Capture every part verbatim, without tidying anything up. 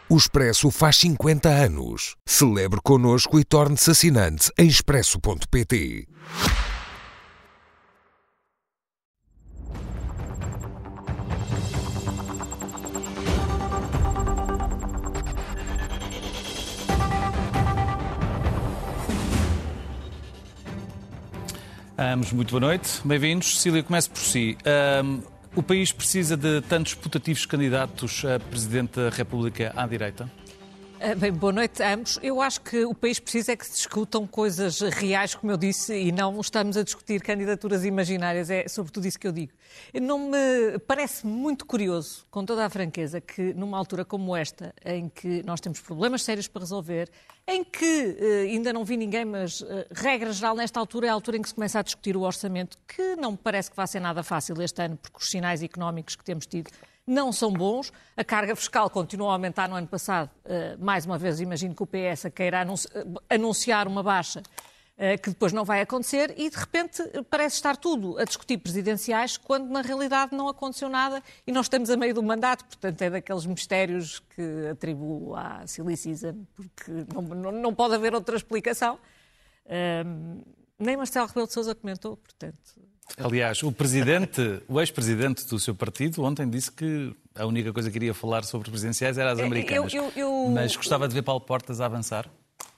O Expresso faz cinquenta anos. Celebre connosco e torne-se assinante em expresso ponto pt. Ambos, muito boa noite, bem-vindos. Cecília, comece por si. Um, o país precisa de tantos putativos candidatos a Presidente da República à direita? Bem, boa noite a ambos. Eu acho que o país precisa é que se discutam coisas reais, como eu disse, e não estamos a discutir candidaturas imaginárias, é sobretudo isso que eu digo. Não me parece muito curioso, com toda a franqueza, que numa altura como esta, em que nós temos problemas sérios para resolver, em que eh, ainda não vi ninguém, mas eh, regra geral nesta altura é a altura em que se começa a discutir o orçamento, que não me parece que vai ser nada fácil este ano, porque os sinais económicos que temos tido não são bons. A carga fiscal continuou a aumentar no ano passado. Uh, mais uma vez, imagino que o P S queira anunci- anunciar uma baixa uh, que depois não vai acontecer e, de repente, parece estar tudo a discutir presidenciais, quando, na realidade, não aconteceu nada e nós estamos a meio do mandato. Portanto, é daqueles mistérios que atribuo à Silly Season, porque não, não, não pode haver outra explicação. Uh, nem Marcelo Rebelo de Sousa comentou, portanto... Aliás, o presidente, o ex-presidente do seu partido, ontem disse que a única coisa que iria falar sobre presidenciais era as americanas. Eu, eu, eu, Mas gostava de ver Paulo Portas a avançar?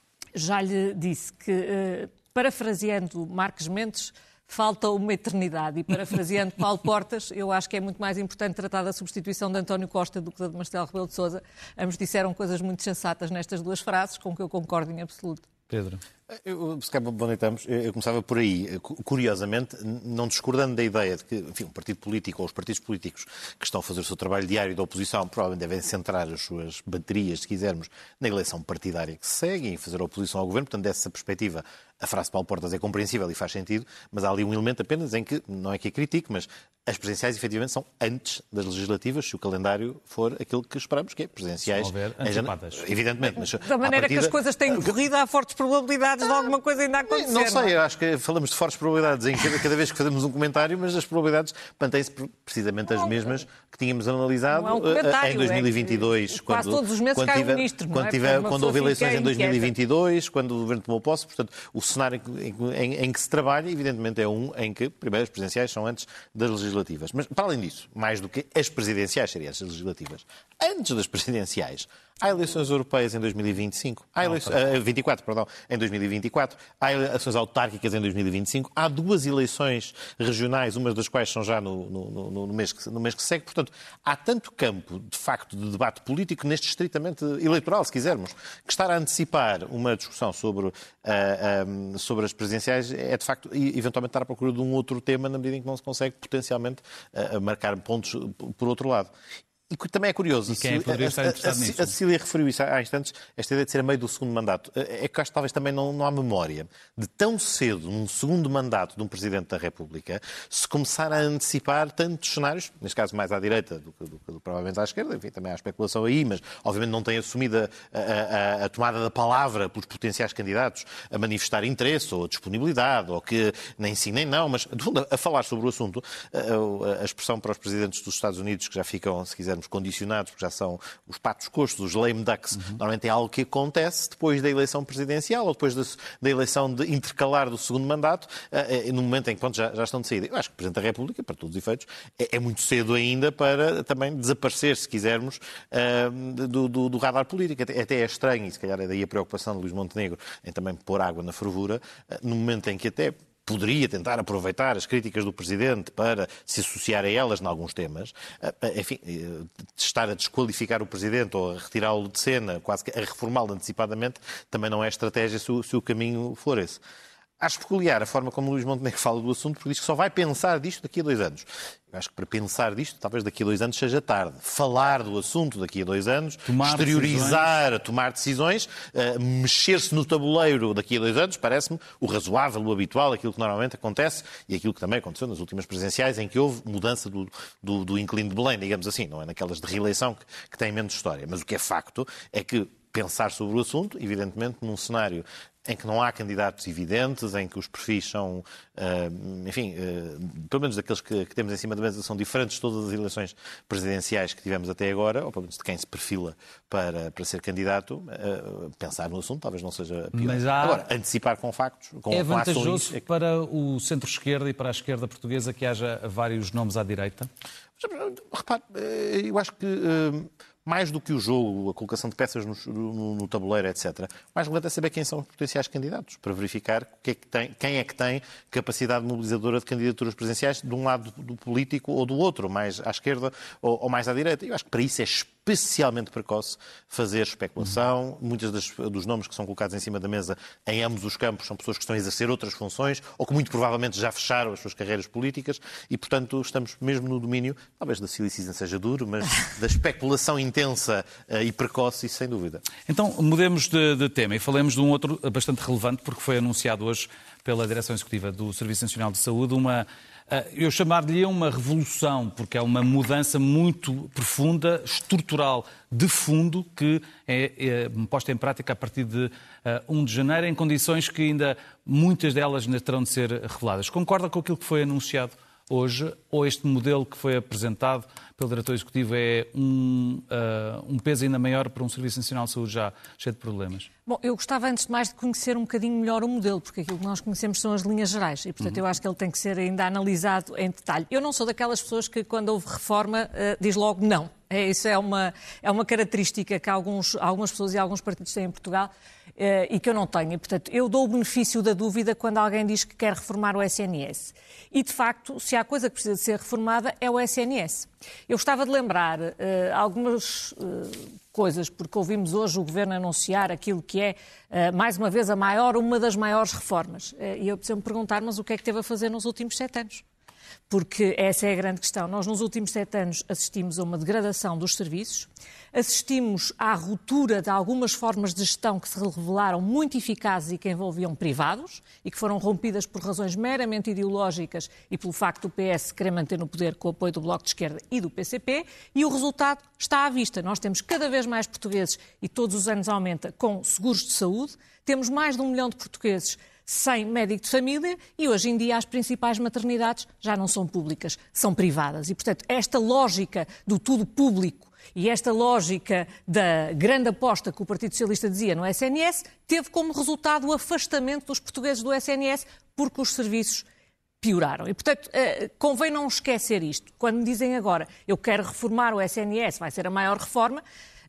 Já lhe disse que, uh, parafraseando Marques Mendes, falta uma eternidade. E parafraseando Paulo Portas, eu acho que é muito mais importante tratar da substituição de António Costa do que da de Marcelo Rebelo de Sousa. Ambos disseram coisas muito sensatas nestas duas frases, com que eu concordo em absoluto. Pedro. Eu, se calhar, boa noite a ambos. Eu começava por aí. Curiosamente, não discordando da ideia de que, enfim, um partido político ou os partidos políticos que estão a fazer o seu trabalho diário de oposição provavelmente devem centrar as suas baterias, se quisermos, na eleição partidária que se segue e fazer oposição ao governo. Portanto, dessa perspectiva, a frase de Paulo Portas é compreensível e faz sentido, mas há ali um elemento apenas em que, não é que a critique, mas as presidenciais efetivamente são antes das legislativas, se o calendário for aquilo que esperamos, que é presidenciais. Se houver antecipadas. Evidentemente. Mas, da maneira partida, que as coisas têm corrido, há fortes probabilidades de alguma coisa ainda acontecer. Não sei, eu acho que falamos de fortes probabilidades em cada, cada vez que fazemos um comentário, mas as probabilidades mantêm-se precisamente as mesmas que tínhamos analisado não é um em dois mil e vinte e dois. É quando, quase todos os meses quando, cai tiver, um ministro, quando, é? tiver, quando houve eleições em dois mil e vinte e dois, quando o governo tomou posse, portanto, o cenário em, em, em que se trabalha, evidentemente, é um em que, primeiro, as presidenciais são antes das legislativas. Mas, para além disso, mais do que as presidenciais seriam as legislativas, antes das presidenciais, há eleições europeias em dois mil e vinte e cinco, há eleições, uh, vinte e quatro, perdão, em dois mil e vinte e quatro, há eleições autárquicas em dois mil e vinte e cinco, há duas eleições regionais, umas das quais são já no, no, no, no, mês, que, no mês que segue. Portanto, há tanto campo, de facto, de debate político, neste estritamente eleitoral, se quisermos, que estar a antecipar uma discussão sobre, uh, um, sobre as presidenciais é, de facto, eventualmente estar à procura de um outro tema, na medida em que não se consegue, potencialmente, uh, marcar pontos por outro lado. E também é curioso, e quem é que poderia estar interessado a, a, nisso? A Cecília referiu isso há instantes, esta ideia de ser a meio do segundo mandato. É que acho que talvez também não, não há memória de tão cedo, num segundo mandato de um Presidente da República, se começar a antecipar tantos cenários, neste caso mais à direita do que, do que do, provavelmente à esquerda, enfim, também há especulação aí, mas obviamente não tem assumido a, a, a, a tomada da palavra pelos potenciais candidatos a manifestar interesse ou a disponibilidade, ou que nem sim nem não, mas a falar sobre o assunto, a, a expressão para os Presidentes dos Estados Unidos, que já ficam, se quisermos, condicionados, porque já são os patos coxos, os lame ducks, uhum. Normalmente é algo que acontece depois da eleição presidencial ou depois de, da eleição de intercalar do segundo mandato, uh, no momento em que pronto, já, já estão decididos. Eu acho que o Presidente da República, para todos os efeitos, é, é muito cedo ainda para também desaparecer, se quisermos, uh, do, do, do radar político. Até, até é estranho, e se calhar é daí a preocupação de Luís Montenegro em também pôr água na fervura, uh, no momento em que até poderia tentar aproveitar as críticas do Presidente para se associar a elas em alguns temas, enfim, estar a desqualificar o Presidente ou a retirá-lo de cena, quase que a reformá-lo antecipadamente, também não é estratégia se o, se o caminho for esse. Acho peculiar a forma como o Luís Montenegro fala do assunto, porque diz que só vai pensar disto daqui a dois anos. Eu acho que para pensar disto, talvez daqui a dois anos seja tarde. Falar do assunto daqui a dois anos, tomar exteriorizar, decisões. tomar decisões, uh, mexer-se no tabuleiro daqui a dois anos, parece-me o razoável, o habitual, aquilo que normalmente acontece e aquilo que também aconteceu nas últimas presidenciais, em que houve mudança do, do, do inquilino de Belém, digamos assim, não é naquelas de reeleição que, que têm menos história. Mas o que é facto é que pensar sobre o assunto, evidentemente num cenário em que não há candidatos evidentes, em que os perfis são, enfim, pelo menos daqueles que, que temos em cima da mesa, são diferentes de todas as eleições presidenciais que tivemos até agora, ou pelo menos de quem se perfila para, para ser candidato, pensar no assunto talvez não seja pior. Mas há... Agora, antecipar com factos, com, é com ações... vantajoso é que... para o centro-esquerda e para a esquerda portuguesa que haja vários nomes à direita? Repare, eu acho que... mais do que o jogo, a colocação de peças no, no, no tabuleiro, etcétera, mais relevante é saber quem são os potenciais candidatos, para verificar o que é que tem, quem é que tem capacidade mobilizadora de candidaturas presidenciais de um lado do político ou do outro, mais à esquerda ou, ou mais à direita. Eu acho que para isso é especialmente precoce fazer especulação. Muitos das, dos nomes que são colocados em cima da mesa em ambos os campos são pessoas que estão a exercer outras funções ou que muito provavelmente já fecharam as suas carreiras políticas e, portanto, estamos mesmo no domínio, talvez da silly season seja duro, mas da especulação intensa e precoce, isso sem dúvida. Então, mudemos de, de tema e falemos de um outro bastante relevante, porque foi anunciado hoje pela Direção Executiva do Serviço Nacional de Saúde uma... Eu chamar-lhe uma revolução, porque é uma mudança muito profunda, estrutural, de fundo, que é, é posta em prática a partir de uh, um de janeiro, em condições que ainda muitas delas ainda terão de ser reveladas. Concorda com aquilo que foi anunciado hoje, ou este modelo que foi apresentado pelo Diretor Executivo é um, uh, um peso ainda maior para um Serviço Nacional de Saúde já cheio de problemas? Bom, eu gostava antes de mais de conhecer um bocadinho melhor o modelo, porque aquilo que nós conhecemos são as linhas gerais e, portanto, uhum. eu acho que ele tem que ser ainda analisado em detalhe. Eu não sou daquelas pessoas que, quando houve reforma, uh, diz logo não. É, isso é uma, é uma característica que alguns, algumas pessoas e alguns partidos têm em Portugal uh, e que eu não tenho. E, portanto, eu dou o benefício da dúvida quando alguém diz que quer reformar o S N S. E, de facto, se há coisa que precisa de ser reformada, é o S N S. Eu gostava de lembrar uh, algumas uh, coisas, porque ouvimos hoje o Governo anunciar aquilo que é, uh, mais uma vez, a maior, uma das maiores reformas. Uh, e eu preciso me perguntar, mas o que é que teve a fazer nos últimos sete anos? Porque essa é a grande questão. Nós, nos últimos sete anos, assistimos a uma degradação dos serviços, assistimos à ruptura de algumas formas de gestão que se revelaram muito eficazes e que envolviam privados e que foram rompidas por razões meramente ideológicas e pelo facto do P S querer manter no poder com o apoio do Bloco de Esquerda e do P C P, e o resultado está à vista. Nós temos cada vez mais portugueses, e todos os anos aumenta, com seguros de saúde, temos mais de um milhão de portugueses sem médico de família e hoje em dia as principais maternidades já não são públicas, são privadas. E, portanto, esta lógica do tudo público e esta lógica da grande aposta que o Partido Socialista dizia no S N S teve como resultado o afastamento dos portugueses do S N S porque os serviços pioraram. E, portanto, convém não esquecer isto. Quando me dizem agora eu quero reformar o S N S, vai ser a maior reforma,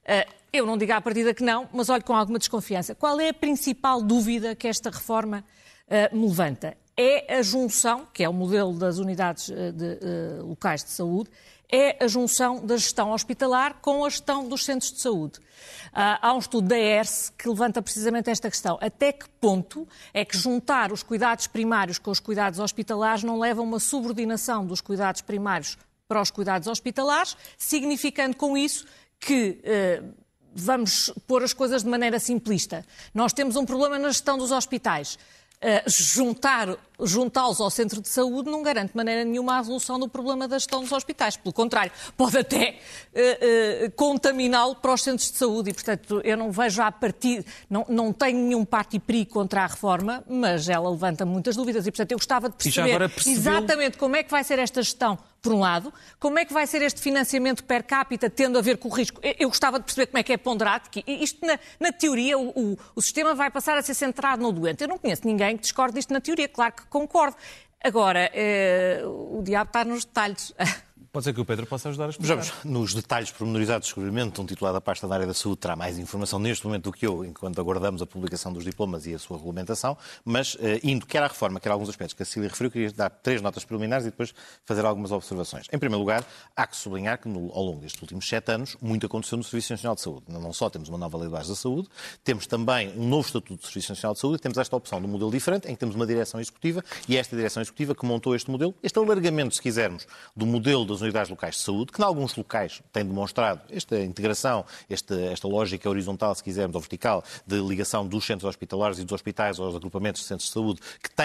eu não digo à partida que não, mas olho com alguma desconfiança. Qual é a principal dúvida que esta reforma uh, me levanta? É a junção, que é o modelo das unidades uh, de, uh, locais de saúde, é a junção da gestão hospitalar com a gestão dos centros de saúde. Uh, há um estudo da E R S que levanta precisamente esta questão. Até que ponto é que juntar os cuidados primários com os cuidados hospitalares não leva a uma subordinação dos cuidados primários para os cuidados hospitalares, significando com isso que uh, vamos pôr as coisas de maneira simplista. Nós temos um problema na gestão dos hospitais. Uh, juntar, juntá-los ao centro de saúde não garante de maneira nenhuma a resolução do problema da gestão dos hospitais. Pelo contrário, pode até uh, uh, contaminá-lo para os centros de saúde e, portanto, eu não vejo a partir, não, não tenho nenhum parti-peri contra a reforma, mas ela levanta muitas dúvidas e, portanto, eu gostava de perceber percebeu... exatamente como é que vai ser esta gestão, por um lado, como é que vai ser este financiamento per capita, tendo a ver com o risco. Eu gostava de perceber como é que é ponderado, porque isto, na, na teoria, o, o, o sistema vai passar a ser centrado no doente. Eu não conheço ninguém que discorde disto na teoria, claro que concordo. Agora, eh, o diabo está nos detalhes. Pode ser que o Pedro possa ajudar a explicar. Vejamos, nos detalhes pormenorizados, seguramente, um titular da pasta da área da saúde terá mais informação neste momento do que eu, enquanto aguardamos a publicação dos diplomas e a sua regulamentação, mas, eh, indo quer à reforma, quer a alguns aspectos que a Cecília referiu, queria dar três notas preliminares e depois fazer algumas observações. Em primeiro lugar, há que sublinhar que, no, ao longo destes últimos sete anos, muito aconteceu no Serviço Nacional de Saúde. Não só temos uma nova Lei de Bases da Saúde, temos também um novo Estatuto do Serviço Nacional de Saúde e temos esta opção de um modelo diferente, em que temos uma direção executiva e esta direção executiva que montou este modelo, este alargamento, se quisermos, do modelo das unidades locais de saúde, que em alguns locais tem demonstrado esta integração, esta, esta lógica horizontal, se quisermos, ou vertical, de ligação dos centros hospitalares e dos hospitais aos agrupamentos de centros de saúde, que tem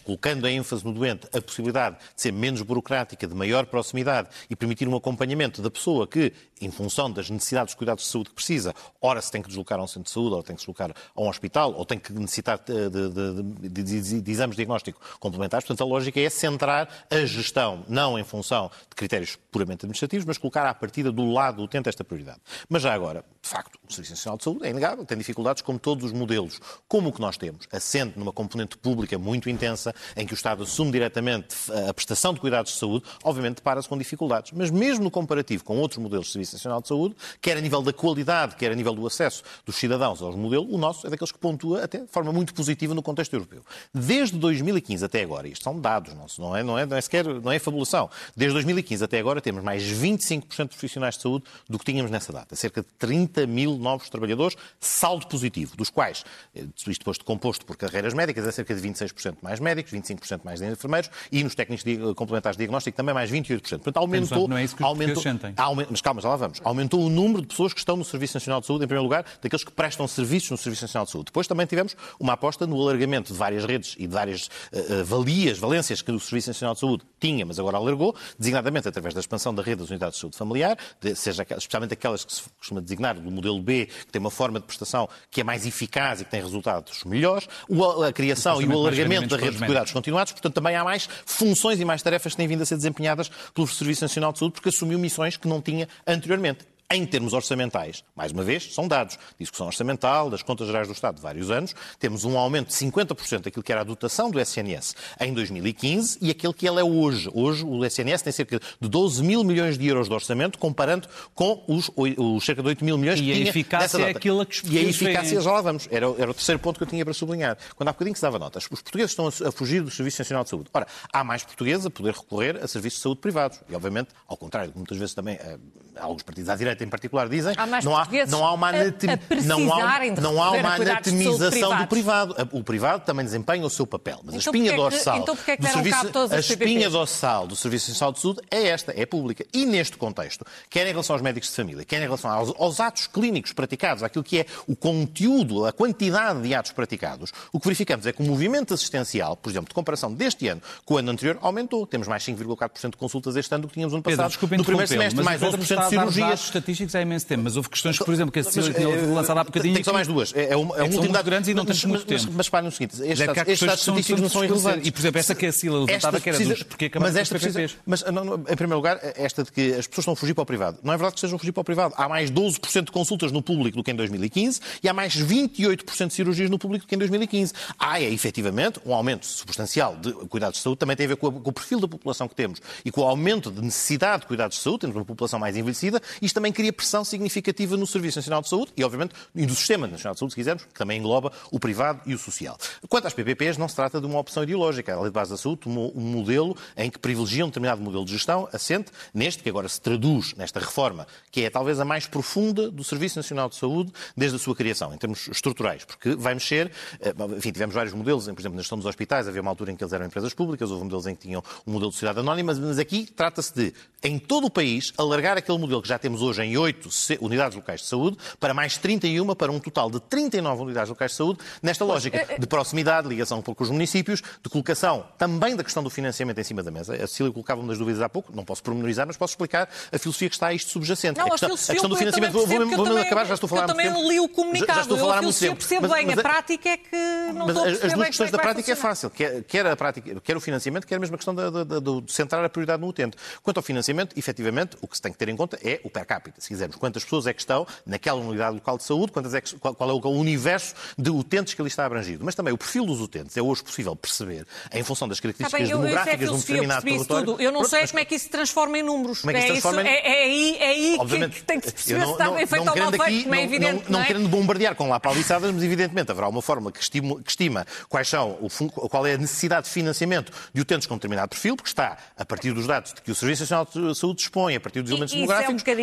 colocando a ênfase no doente a possibilidade de ser menos burocrática, de maior proximidade e permitir um acompanhamento da pessoa que, em função das necessidades de cuidados de saúde que precisa, ora se tem que deslocar a um centro de saúde, ou tem que deslocar a um hospital, ou tem que necessitar de, de, de, de, de, de exames de diagnóstico complementares. Portanto, a lógica é centrar a gestão, não em função de critérios puramente administrativos, mas colocar à partida do lado do utente esta prioridade. Mas já agora, de facto, o Serviço Nacional de Saúde é inegável, tem dificuldades como todos os modelos, como o que nós temos, assente numa componente pública muito intensa, em que o Estado assume diretamente a prestação de cuidados de saúde, obviamente depara-se com dificuldades. Mas mesmo no comparativo com outros modelos de Serviço Nacional de Saúde, quer a nível da qualidade, quer a nível do acesso dos cidadãos aos modelos, o nosso é daqueles que pontua até de forma muito positiva no contexto europeu. Desde dois mil e quinze até agora, isto são dados, não é, não é, não é sequer, não é fabulação, desde dois mil e quinze até agora temos mais vinte e cinco por cento de profissionais de saúde do que tínhamos nessa data. Cerca de trinta mil novos trabalhadores, saldo positivo, dos quais, isto depois de composto por carreiras médicas, é cerca de vinte e seis por cento mais médicos, vinte e cinco por cento mais enfermeiros e nos técnicos de, complementares de diagnóstico também mais vinte e oito por cento. Portanto, aumentou... Não é isso que os aumentou, sentem. aumentou, mas calma, já lá vamos. Aumentou o número de pessoas que estão no Serviço Nacional de Saúde, em primeiro lugar, daqueles que prestam serviços no Serviço Nacional de Saúde. Depois também tivemos uma aposta no alargamento de várias redes e de várias uh, valias, valências que o Serviço Nacional de Saúde tinha, mas agora alargou, designadamente através da expansão da rede das unidades de saúde familiar, de, seja especialmente aquelas que se costuma designar do modelo B, que tem uma forma de prestação que é mais eficaz e que tem resultados melhores, o, a criação e o alargamento da rede de cuidados continuados, portanto também há mais funções e mais tarefas que têm vindo a ser desempenhadas pelo Serviço Nacional de Saúde, porque assumiu missões que não tinha anteriormente. Em termos orçamentais, mais uma vez, são dados. Discussão orçamental das Contas Gerais do Estado de vários anos. Temos um aumento de cinquenta por cento daquilo que era a dotação do S N S em dois mil e quinze e aquele que ele é hoje. Hoje o S N S tem cerca de doze mil milhões de euros de orçamento, comparando com os, os cerca de oito mil milhões que e tinha a eficácia é aquilo que os E a eficácia, veem. já lá vamos. Era, era o terceiro ponto que eu tinha para sublinhar. Quando há bocadinho se dava notas, os portugueses estão a, a fugir do Serviço Nacional de Saúde. Ora, há mais portugueses a poder recorrer a serviços de saúde privados. E, obviamente, ao contrário, muitas vezes também, eh, alguns partidos à direita em particular dizem, Há mais não, há, portugueses não há uma, anatem... a- a não há, precisarem de não há recorrer uma a cuidados de saúde anatemização do privados. privado. O privado também desempenha o seu papel. Mas Então a espinha porquê que- dorsal então porquê que do deram serviço, cabo todas a as P P Ps? espinha dorsal do Serviço Nacional de Saúde é esta, é pública. E neste contexto, quer em relação aos médicos de família, quer em relação aos, aos atos clínicos praticados, aquilo que é o conteúdo, a quantidade de atos praticados, o que verificamos é que o movimento assistencial, por exemplo, de comparação deste ano com o ano anterior, aumentou. Temos mais cinco vírgula quatro por cento de consultas este ano do que tínhamos no ano Pedro, passado. desculpe no primeiro interrompê-lo, semestre, mais mas onze por cento de está a dar cirurgias. dados estatísticos há imenso tempo, mas houve questões que, por exemplo, que a Cecília Mas, tinha eh, lançado há bocadinho. Tem só mais duas. É, é, um, é um são último muito dado. grandes e não mas, temos muito mas, tempo. Mas, mas parem o seguinte, estes É que há dados, estes dados questões que estatísticos não são absurdas. irrelevantes. E, por exemplo, essa que a Cecília levantava, Esta que era precisa- dos porquê acabar mas com esta os P P Ps. precisa, mas não, não, em primeiro lugar, esta de que as pessoas estão a fugir para o privado. Não é verdade que estejam a fugir para o privado. Há mais doze por cento de consultas no público do que em dois mil e quinze e há mais vinte e oito por cento de cirurgias no público do que em dois mil e quinze. Há, é, efetivamente, um aumento substancial de cuidados de saúde. Também tem a ver com, a, com o perfil da população que temos e com o aumento de necessidade de cuidados de saúde. Temos uma população mais envelhecida. Isto também cria pressão significativa no Serviço Nacional de Saúde e, obviamente, e do Sistema Nacional de Saúde, se quisermos, que também engloba o privado e o social. Quanto às P P Ps, não se trata de uma opção ideológica. A Lei de Base da Saúde tomou um modelo em que privilegia um determinado modelo de gestão assente neste, que agora se traduz nesta reforma, que é talvez a mais profunda do Serviço Nacional de Saúde desde a sua criação, em termos estruturais, porque vai mexer, enfim, tivemos vários modelos, por exemplo, na gestão dos hospitais, havia uma altura em que eles eram empresas públicas, houve modelos em que tinham um modelo de sociedade anónima, mas aqui trata-se de, em todo o país, alargar aquele modelo que já temos hoje em oito unidades locais de saúde para mais trinta e uma, para um total de trinta e nove unidades locais de saúde, nesta lógica de proximidade, ligação com os municípios, de colocação também da questão do financiamento em cima da mesa. A Cecília colocava umas dúvidas há pouco, não posso pormenorizar, mas posso explicar a filosofia que está a isto subjacente. Não, a, questão, a, a questão do financiamento, vou, vou, vou, vou acabar, já estou a falar há Eu muito também tempo. li o comunicado, Já, já estou a falar há muito eu tempo. percebo Mas- bem, mas a prática é que não Mas estou a as perceber duas bem questões como da é que vai prática é funcionar. fácil, quer, quer, a prática, quer o financiamento, quer mesmo a questão da, da, da, do- de centrar a prioridade no utente. Quanto ao financiamento, efetivamente, o que se tem que ter em conta é o per capita. Se quisermos, quantas pessoas é que estão naquela unidade local de saúde, quantas é que, qual, qual é o universo de utentes que ali está abrangido. Mas também o perfil dos utentes é hoje possível perceber, em função das Está características bem, eu, isso é demográficas de um filosofia, eu determinado percebi isso território. tudo. Eu não Pronto, sei mas- como é que isso se transforma em números. Como é que isso se transforma isso, em- é, é aí, é aí que, Obviamente, que tem que se eu perceber não- se está não- bem feito não ou mal querendo feito, aqui- como é não- evidente. Não, não não é? querendo bombardear com lá paliçadas, mas evidentemente haverá uma forma que, estimo, que estima quais são, o, fun- qual é a necessidade de financiamento de utentes com determinado perfil, porque está a partir dos dados de que o Serviço Nacional de Saúde dispõe, a partir dos E elementos isso é um demográficos. bocadinho- é-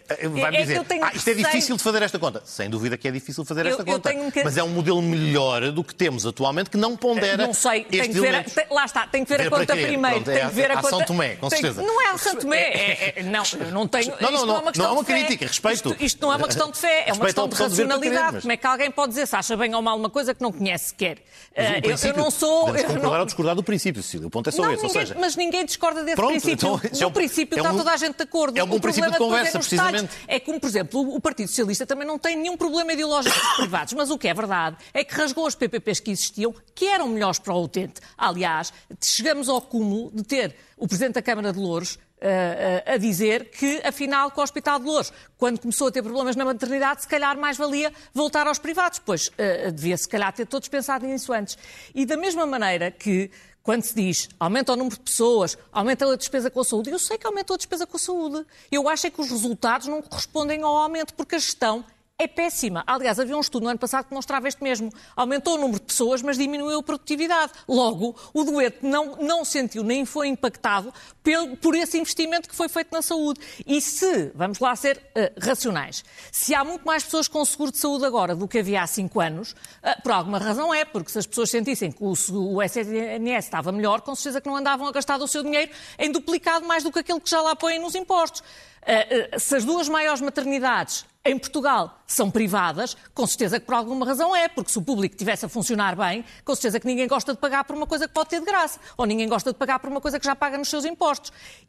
Vai-me é dizer, que eu ah, isto é receio... difícil de fazer esta conta. Sem dúvida que é difícil fazer eu, esta conta. Um... Mas é um modelo melhor do que temos atualmente, que não pondera. Não sei, tem que ver, tem, lá está, tem que ver, ver a conta primeiro. Pronto, é tem que ver a, a conta. São Tomé, com tem, certeza. Não é a São Tomé. É, é, não, eu não tenho. Não, não, não, não é uma, não é uma crítica, respeito. Isto, isto não é uma questão de fé, é uma questão de racionalidade. Mas... Como é que alguém pode dizer se acha bem ou mal uma coisa que não conhece sequer? Uh, eu, eu não sou. Podemos concordar não... ou discordar do princípio, Cecília. O ponto é só não, esse. Ninguém, ou seja... Mas ninguém discorda desse Pronto, princípio. Então, no é um, princípio é um, está toda a gente de acordo. É um bom princípio de conversa, precisamente. É como, por exemplo, o Partido Socialista também não tem nenhum problema ideológico dos privados, mas o que é verdade é que rasgou as P P Ps que existiam, que eram melhores para o utente. Aliás, chegamos ao cúmulo de ter o Presidente da Câmara de Louros Uh, uh, a dizer que, afinal, com o Hospital de Louros, quando começou a ter problemas na maternidade, se calhar mais valia voltar aos privados, pois uh, devia, se calhar, ter todos pensado nisso antes. E da mesma maneira que, quando se diz aumenta o número de pessoas, aumenta a despesa com a saúde, eu sei que aumentou a despesa com a saúde. Eu acho é que os resultados não correspondem ao aumento, porque a gestão é péssima. Aliás, havia um estudo no ano passado que mostrava isto mesmo. Aumentou o número de pessoas, mas diminuiu a produtividade. Logo, o doente não, não sentiu nem foi impactado por, por esse investimento que foi feito na saúde. E se, vamos lá ser uh, racionais, se há muito mais pessoas com seguro de saúde agora do que havia há cinco anos, uh, por alguma razão é, porque se as pessoas sentissem que o, o S N S estava melhor, com certeza que não andavam a gastar o seu dinheiro em duplicado mais do que aquele que já lá põem nos impostos. Uh, uh, se as duas maiores maternidades em Portugal são privadas, com certeza que por alguma razão é, porque se o público estivesse a funcionar bem, com certeza que ninguém gosta de pagar por uma coisa que pode ter de graça, ou ninguém gosta de pagar por uma coisa que já paga nos seus impostos.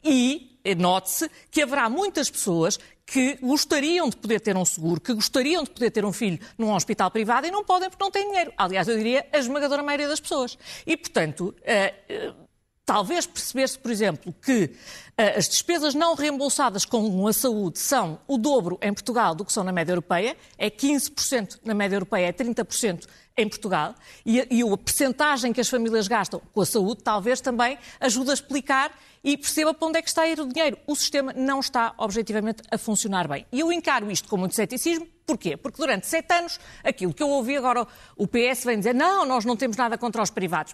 E note-se que haverá muitas pessoas que gostariam de poder ter um seguro, que gostariam de poder ter um filho num hospital privado e não podem porque não têm dinheiro. Aliás, eu diria a esmagadora maioria das pessoas. E, portanto... Uh, uh, Talvez perceber-se, por exemplo, que uh, as despesas não reembolsadas com a saúde são o dobro em Portugal do que são na média europeia, é quinze por cento na média europeia, é trinta por cento em Portugal, e a, e a percentagem que as famílias gastam com a saúde talvez também ajude a explicar e perceba para onde é que está a ir o dinheiro. O sistema não está, objetivamente, a funcionar bem. E eu encaro isto com muito ceticismo. Porquê? Porque durante sete anos, aquilo que eu ouvi agora, o P S vem dizer não, nós não temos nada contra os privados.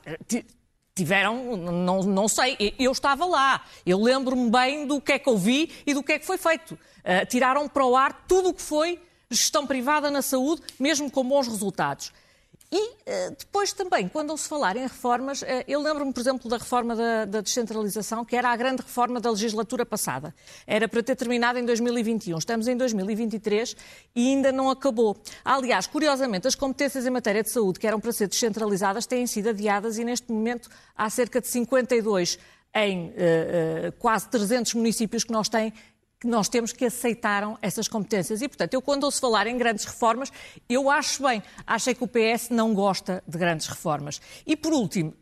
Tiveram, não, não sei, eu estava lá, eu lembro-me bem do que é que ouvi e do que é que foi feito. Uh, tiraram para o ar tudo o que foi gestão privada na saúde, mesmo com bons resultados. E uh, depois também, quando se falar em reformas, uh, eu lembro-me, por exemplo, da reforma da, da descentralização, que era a grande reforma da legislatura passada. Era para ter terminado em dois mil e vinte e um. Estamos em dois mil e vinte e três e ainda não acabou. Aliás, curiosamente, as competências em matéria de saúde, que eram para ser descentralizadas, têm sido adiadas e neste momento há cerca de cinquenta e dois em uh, uh, quase trezentos municípios que nós têm que nós temos que aceitaram essas competências. E, portanto, eu quando ouço falar em grandes reformas, eu acho bem. Acho é que o P S não gosta de grandes reformas. E, por último,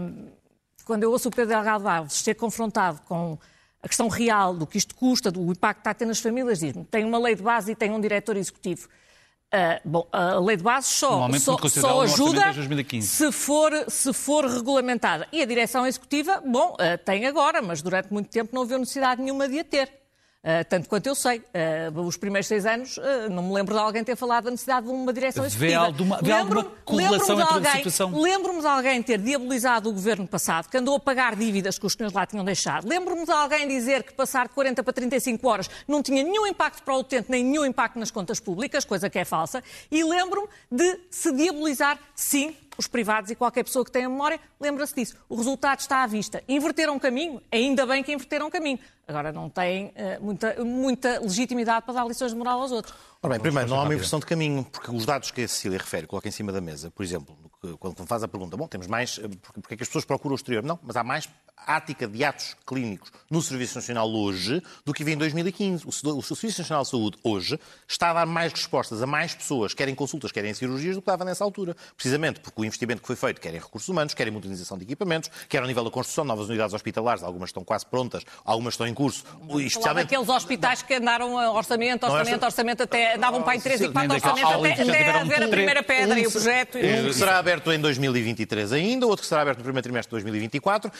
quando eu ouço o Pedro Delgado Alves ser confrontado com a questão real do que isto custa, do impacto que está a ter nas famílias, diz-me, tem uma lei de base e tem um diretor executivo. Uh, bom, a lei de base só, um só, só ajuda se for, se for regulamentada. E a direção executiva, bom, uh, tem agora, mas durante muito tempo não havia necessidade nenhuma de a ter. Uh, tanto quanto eu sei, uh, os primeiros seis anos, uh, não me lembro de alguém ter falado da necessidade de uma direção executiva. Vê alguma, vê alguma correlação entre a situação? Lembro-me de alguém ter diabolizado o governo passado, que andou a pagar dívidas que os senhores lá tinham deixado. Lembro-me de alguém dizer que passar de quarenta para trinta e cinco horas não tinha nenhum impacto para o utente, nem nenhum impacto nas contas públicas, coisa que é falsa. E lembro-me de se diabolizar, sim, os privados, e qualquer pessoa que tenha memória lembra-se disso. O resultado está à vista. Inverteram o caminho? Ainda bem que inverteram o caminho. Agora não têm uh, muita, muita legitimidade para dar lições de moral aos outros. Ora bem, primeiro, não há uma inversão de caminho, porque os dados que a Cecília refere, coloca em cima da mesa, por exemplo, quando faz a pergunta, bom, temos mais, porque é que as pessoas procuram o exterior? Não, mas há mais ática de atos clínicos no Serviço Nacional hoje do que havia em dois mil e quinze. O Serviço Nacional de Saúde hoje está a dar mais respostas a mais pessoas, querem consultas, querem cirurgias, do que dava nessa altura. Precisamente porque o investimento que foi feito, quer em recursos humanos, quer em modernização de equipamentos, quer ao nível da construção de novas unidades hospitalares, algumas estão quase prontas, algumas estão em curso. Especialmente aqueles hospitais que andaram a orçamento, orçamento, orçamento, até andavam para em três e quatro orçamentos até, até haver a primeira pedra um, e o projeto. Um que será aberto em dois mil e vinte e três ainda, outro que será aberto no primeiro trimestre de dois mil e vinte e quatro e vários que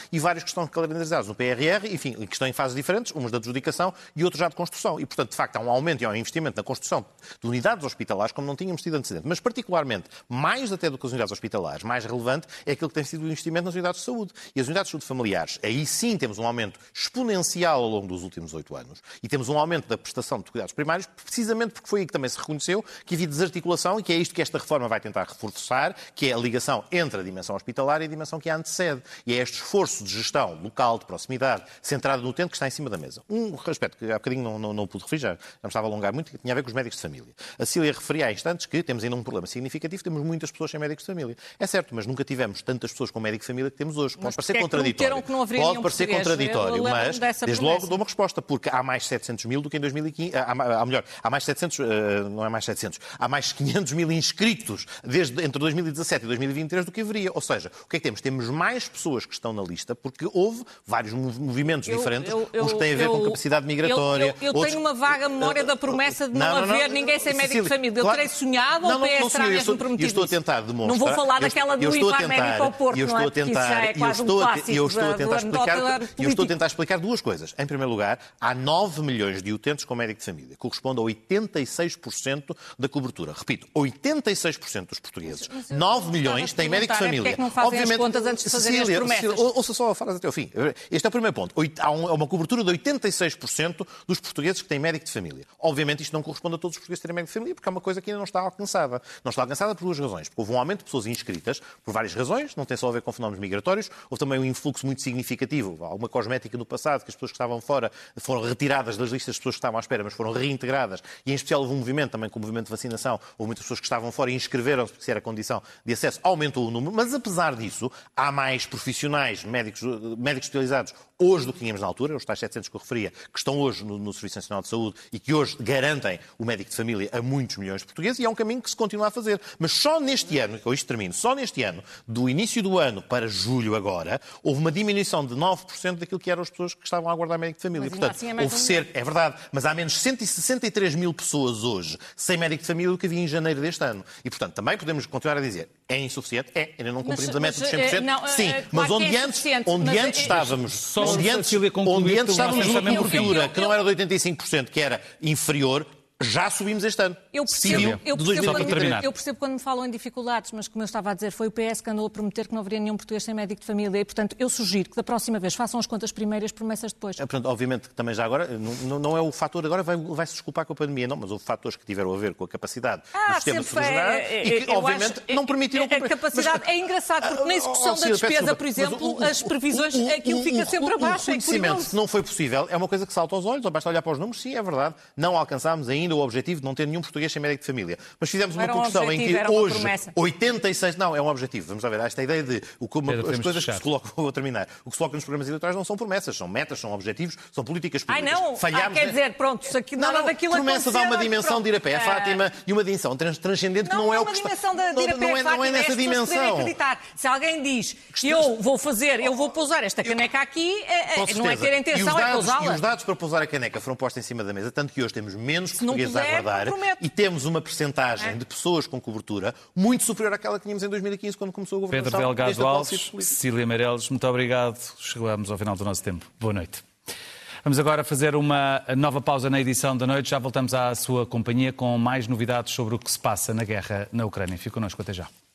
que estão calendarizados no P R R, enfim, que estão em fases diferentes, uns da adjudicação e outros já de construção. E, portanto, de facto, há um aumento e há um investimento na construção de unidades hospitalares como não tínhamos tido antecedente. Mas, particularmente, mais até do que as unidades hospitalares, mais relevante é aquilo que tem sido o investimento nas unidades de saúde. E as unidades de saúde familiares, aí sim temos um aumento exponencial ao longo dos últimos oito anos. E temos um aumento da prestação de cuidados primários, precisamente porque foi aí que também se reconheceu que havia desarticulação e que é isto que esta reforma vai tentar reforçar, que é a ligação entre a dimensão hospitalar e a dimensão que a antecede. E é este esforço de gestão local, de proximidade, centrado no utente, que está em cima da mesa. Um aspecto que há bocadinho não, não, não pude referir, já, já me estava a alongar muito, que tinha a ver com os médicos de família. A Cília referia há instantes que temos ainda um problema significativo, temos muitas pessoas sem médicos de família. É certo, mas nunca tivemos tantas pessoas com médico de família que temos hoje. Pode parecer é contraditório. Que não Pode parecer contraditório, mas desde promessa. logo dou uma resposta, porque há mais setecentos mil do que em dois mil e quinze. Há, há melhor, há mais setecentos, não é mais setecentos, há mais quinhentos mil inscritos desde, entre dois mil e dezassete e dois mil e vinte e três do que haveria. Ou seja, o que é que temos? Temos mais pessoas que estão na lista, porque houve vários movimentos eu, diferentes, eu, eu, uns que têm a ver eu, com capacidade migratória. Eu, eu, eu outros... tenho uma vaga memória da promessa de não, não, não haver não, ninguém sem médico de família. Eu claro, terei sonhado ou o P S terá mesmo prometido? Eu estou a tentar demonstrar. Não vou falar daquela do ir para médico ao Porto, eu estou a tentar, é quase um clássico eu estou a tentar explicar, eu estou a político. tentar explicar duas coisas. Em primeiro lugar, há nove milhões de utentes com médico de família, corresponde a oitenta e seis por cento da cobertura. Repito, oitenta e seis por cento dos portugueses, nove milhões têm médico de família. É que não fazem as contas antes de fazerem as promessas? Cecília, ouça só a frase até ao fim. Este é o primeiro ponto. Há uma cobertura de oitenta e seis por cento dos portugueses que têm médico de família. Obviamente isto não corresponde a todos os portugueses terem médico de família, porque é uma coisa que ainda não está alcançada. Não está alcançada por duas razões. Porque houve um aumento de pessoas inscritas, por várias razões, não tem só a ver com fenómenos migratórios, houve também um influxo muito significativo, alguma cosmética no passado, que as pessoas que estavam fora foram retiradas das listas de pessoas que estavam à espera, mas foram reintegradas, e em especial houve um movimento também com o movimento de vacinação, houve muitas pessoas que estavam fora e inscreveram-se porque se era condição de acesso, aumentou o número, mas apesar disso, há mais profissionais, médicos, médicos especializados, hoje do que tínhamos na altura, os tais setecentos que eu referia, que estão hoje no, no Serviço Nacional de Saúde e que hoje garantem o médico de família a muitos milhões de portugueses, e é um caminho que se continua a fazer. Mas só neste ano, com isto termino, só neste ano, do início do ano para julho agora, houve uma diminuição de nove por cento daquilo que eram as pessoas que estavam a aguardar médico de família. Mas, portanto, assim é, houve um ser, é verdade, mas há menos cento e sessenta e três mil pessoas hoje sem médico de família do que havia em janeiro deste ano. E, portanto, também podemos continuar a dizer, é insuficiente? É, ainda não cumprimos mas, a meta mas, de cem por cento? não, Sim, claro mas onde é antes, onde mas antes é, estávamos, só onde antes, onde antes estávamos numa cobertura que não era de oitenta e cinco por cento, que era inferior, já subimos este ano. Eu percebo, Civil, eu, de percebo quando, terminar. eu percebo quando me falam em dificuldades, mas como eu estava a dizer, foi o P S que andou a prometer que não haveria nenhum português sem médico de família e, portanto, eu sugiro que da próxima vez façam as contas primeiro e as promessas depois. É, portanto, obviamente que também já agora, não, não é o fator agora, vai, vai se desculpar com a pandemia, não, mas houve fatores que tiveram a ver com a capacidade Ah, do sistema de sempre foi- funcionar é, e que, eu obviamente, acho- não permitiram... A capacidade Mas- é engraçado, porque na execução Oh, da Cília, peço despesa, desculpa, por mas exemplo, o- o- as previsões, o- o- aquilo fica o- sempre o- abaixo. O É reconhecimento, curioso. se não foi possível, é uma coisa que salta aos olhos, ou basta olhar para os números, sim, é verdade. Não alcançámos ainda o objetivo de não ter nenhum português sem médico de família. Mas fizemos Não uma era um conversão em objetivo, que era uma hoje, promessa. oitenta e seis... Não, é um objetivo. Vamos lá ver. Esta ideia de o que uma, Pedro, as temos coisas de que se fechar. colocam, vou terminar, o que se coloca nos programas eleitorais não são promessas, são metas, são objetivos, são políticas Ai públicas. não, ah, Falhámos, quer né? dizer, pronto, se aqui Não, nada não, daquilo promessa dá uma acontecer, dimensão pronto. de ir a pé, Ah, Fátima, e uma dimensão trans- transcendente que Não, não é é o uma que está... dimensão da não, de ir a pé, não é, não é Fátima, nessa as pessoas poderem dimensão. acreditar. Se alguém diz que eu vou fazer, eu vou pousar esta caneca aqui, é, Com é, não é certeza. ter a intenção, e os é dados, pousá-la. E os dados para pousar a caneca foram postos em cima da mesa, tanto que hoje temos menos Se não portugueses puser, a aguardar comprometo. e temos uma percentagem É. de pessoas com cobertura muito superior àquela que tínhamos em dois mil e quinze, quando começou o governo Pedro Nacional, Delgado deste atual Alves, ciclo político. Cecília Meireles, muito obrigado. Chegamos ao final do nosso tempo. Boa noite. Vamos agora fazer uma nova pausa na edição da noite. Já voltamos à sua companhia com mais novidades sobre o que se passa na guerra na Ucrânia. Fique connosco, até já.